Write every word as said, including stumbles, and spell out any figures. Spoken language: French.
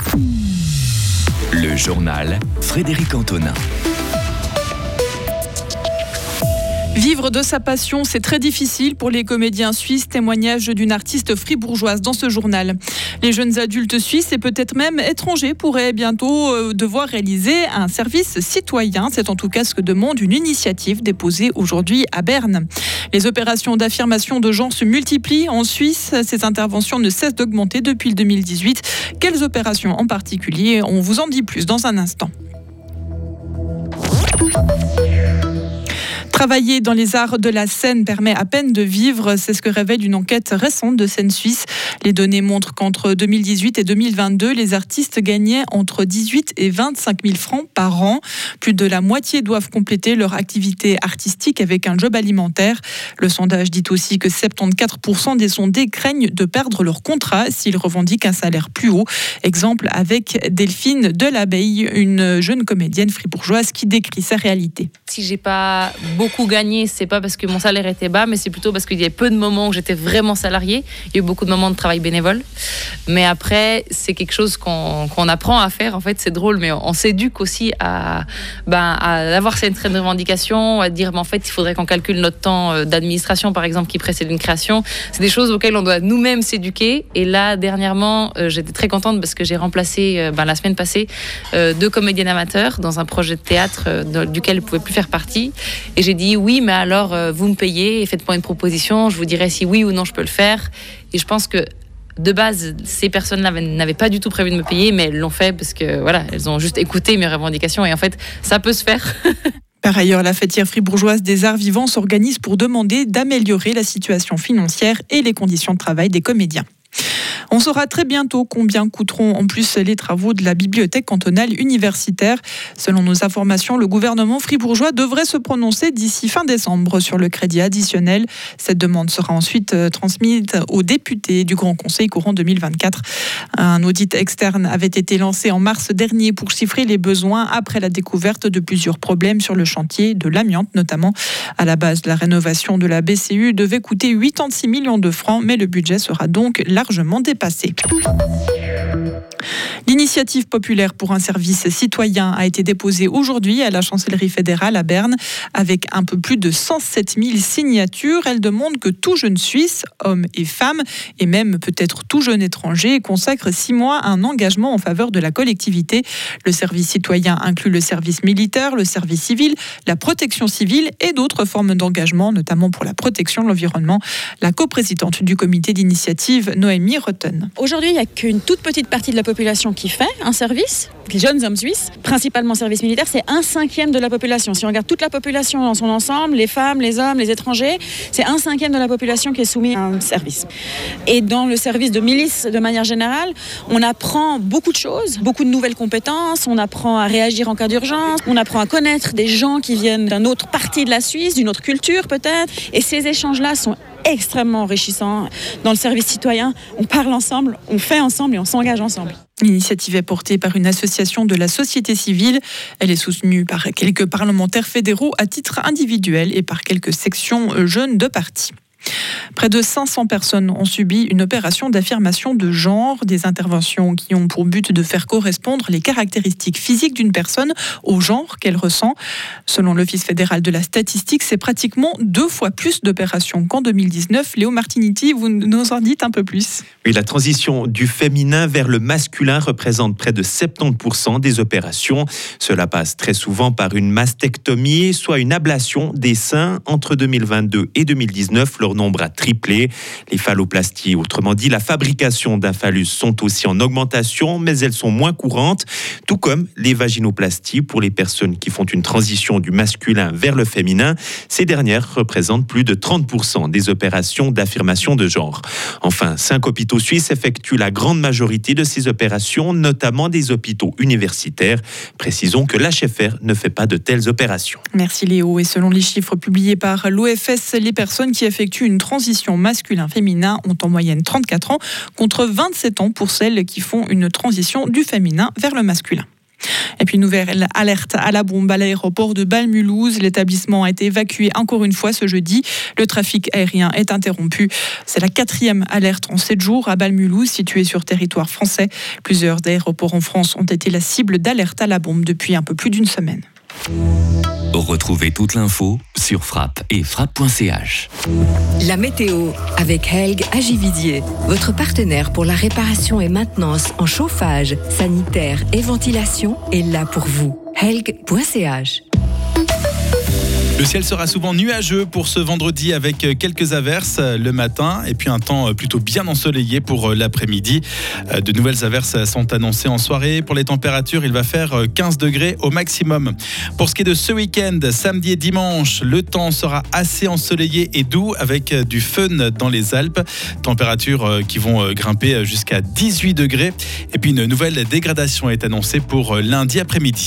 Le journal Frédéric Antonin. Vivre de sa passion, c'est très difficile pour les comédiens suisses. Témoignage d'une artiste fribourgeoise dans ce journal. Les jeunes adultes suisses et peut-être même étrangers pourraient bientôt devoir réaliser un service citoyen. C'est en tout cas ce que demande une initiative déposée aujourd'hui à Berne. Les opérations d'affirmation de genre se multiplient en Suisse. Ces interventions ne cessent d'augmenter depuis le deux mille dix-huit. Quelles opérations en particulier ? On vous en dit plus dans un instant. Travailler dans les arts de la scène permet à peine de vivre, c'est ce que révèle une enquête récente de Scène Suisse. Les données montrent qu'entre deux mille dix-huit et deux mille vingt-deux, les artistes gagnaient entre dix-huit et vingt-cinq mille francs par an. Plus de la moitié doivent compléter leur activité artistique avec un job alimentaire. Le sondage dit aussi que soixante-quatorze pour cent des sondés craignent de perdre leur contrat s'ils revendiquent un salaire plus haut. Exemple avec Delphine Delabeille, une jeune comédienne fribourgeoise qui décrit sa réalité. Si j'ai pas beaucoup gagné, c'est pas parce que mon salaire était bas, mais c'est plutôt parce qu'il y a peu de moments où j'étais vraiment salariée. Il y a eu beaucoup de moments de travail bénévole. Mais après, c'est quelque chose qu'on, qu'on apprend à faire. En fait, c'est drôle, mais on, on s'éduque aussi à, ben, à avoir cette revendication, à dire, ben, en fait, il faudrait qu'on calcule notre temps d'administration, par exemple, qui précède une création. C'est des choses auxquelles on doit nous-mêmes s'éduquer. Et là, dernièrement, euh, j'étais très contente parce que j'ai remplacé, euh, ben, la semaine passée, euh, deux comédiennes amateurs dans un projet de théâtre euh, duquel je ne pouvais plus faire partie. Et j'ai dit oui, mais alors euh, vous me payez et faites-moi une proposition, je vous dirai si oui ou non je peux le faire. Et je pense que de base, ces personnes-là n'avaient pas du tout prévu de me payer, mais elles l'ont fait parce que voilà, elles ont juste écouté mes revendications et en fait, ça peut se faire. Par ailleurs, la fêtière fribourgeoise des arts vivants s'organise pour demander d'améliorer la situation financière et les conditions de travail des comédiens. On saura très bientôt combien coûteront en plus les travaux de la bibliothèque cantonale universitaire. Selon nos informations, le gouvernement fribourgeois devrait se prononcer d'ici fin décembre sur le crédit additionnel. Cette demande sera ensuite transmise aux députés du Grand Conseil courant deux mille vingt-quatre. Un audit externe avait été lancé en mars dernier pour chiffrer les besoins après la découverte de plusieurs problèmes sur le chantier de l'amiante notamment. À la base, la rénovation de la B C U devait coûter quatre-vingt-six millions de francs, mais le budget sera donc largement dépassé. L'initiative populaire pour un service citoyen a été déposée aujourd'hui à la chancellerie fédérale à Berne avec un peu plus de cent sept mille signatures. Elle demande que tout jeune Suisse, homme et femme, et même peut-être tout jeune étranger, consacre six mois à un engagement en faveur de la collectivité. Le service citoyen inclut le service militaire, le service civil, la protection civile et d'autres formes d'engagement, notamment pour la protection de l'environnement. La coprésidente du comité d'initiative, Noémie Rotten. Aujourd'hui, il n'y a qu'une toute petite partie de la population qui fait un service, les jeunes hommes suisses, principalement service militaire, c'est un cinquième de la population. Si on regarde toute la population dans son ensemble, les femmes, les hommes, les étrangers, c'est un cinquième de la population qui est soumise à un service. Et dans le service de milice, de manière générale, on apprend beaucoup de choses, beaucoup de nouvelles compétences, on apprend à réagir en cas d'urgence, on apprend à connaître des gens qui viennent d'une autre partie de la Suisse, d'une autre culture peut-être, et ces échanges-là sont extrêmement enrichissant. Dans le service citoyen, on parle ensemble, on fait ensemble et on s'engage ensemble. L'initiative est portée par une association de la société civile. Elle est soutenue par quelques parlementaires fédéraux à titre individuel et par quelques sections jeunes de partis. Près de cinq cents personnes ont subi une opération d'affirmation de genre, des interventions qui ont pour but de faire correspondre les caractéristiques physiques d'une personne au genre qu'elle ressent. Selon l'Office fédéral de la statistique, c'est pratiquement deux fois plus d'opérations qu'en deux mille dix-neuf. Léo Martinetti, vous nous en dites un peu plus. Oui, la transition du féminin vers le masculin représente près de soixante-dix pour cent des opérations. Cela passe très souvent par une mastectomie, soit une ablation des seins. Entre deux mille vingt-deux et deux mille dix-neuf, leur nombre a triplé. Les phalloplasties, autrement dit la fabrication d'un phallus, sont aussi en augmentation, mais elles sont moins courantes, tout comme les vaginoplasties pour les personnes qui font une transition du masculin vers le féminin. Ces dernières représentent plus de trente pour cent des opérations d'affirmation de genre. Enfin, cinq hôpitaux suisses effectuent la grande majorité de ces opérations, notamment des hôpitaux universitaires. Précisons que l'H F R ne fait pas de telles opérations. Merci Léo. Et selon les chiffres publiés par l'O F S, les personnes qui effectuent une transition masculin-féminin ont en moyenne trente-quatre ans, contre vingt-sept ans pour celles qui font une transition du féminin vers le masculin. Et puis puis nouvelle alerte à la bombe à l'aéroport de Bâle-Mulhouse. L'établissement a été évacué encore une fois ce jeudi. Le trafic aérien est interrompu. C'est la quatrième alerte en sept jours à Bâle-Mulhouse, située sur territoire français. Plusieurs aéroports en France ont été la cible d'alertes à la bombe depuis un peu plus d'une semaine. Retrouvez toute l'info sur Frappe et frappe point c h. La météo avec Helg Agividier, votre partenaire pour la réparation et maintenance en chauffage, sanitaire et ventilation est là pour vous. helg point c h. Le ciel sera souvent nuageux pour ce vendredi avec quelques averses le matin et puis un temps plutôt bien ensoleillé pour l'après-midi. De nouvelles averses sont annoncées en soirée. Pour les températures, il va faire quinze degrés au maximum. Pour ce qui est de ce week-end, samedi et dimanche, le temps sera assez ensoleillé et doux avec du fun dans les Alpes. Températures qui vont grimper jusqu'à dix-huit degrés. Et puis une nouvelle dégradation est annoncée pour lundi après-midi.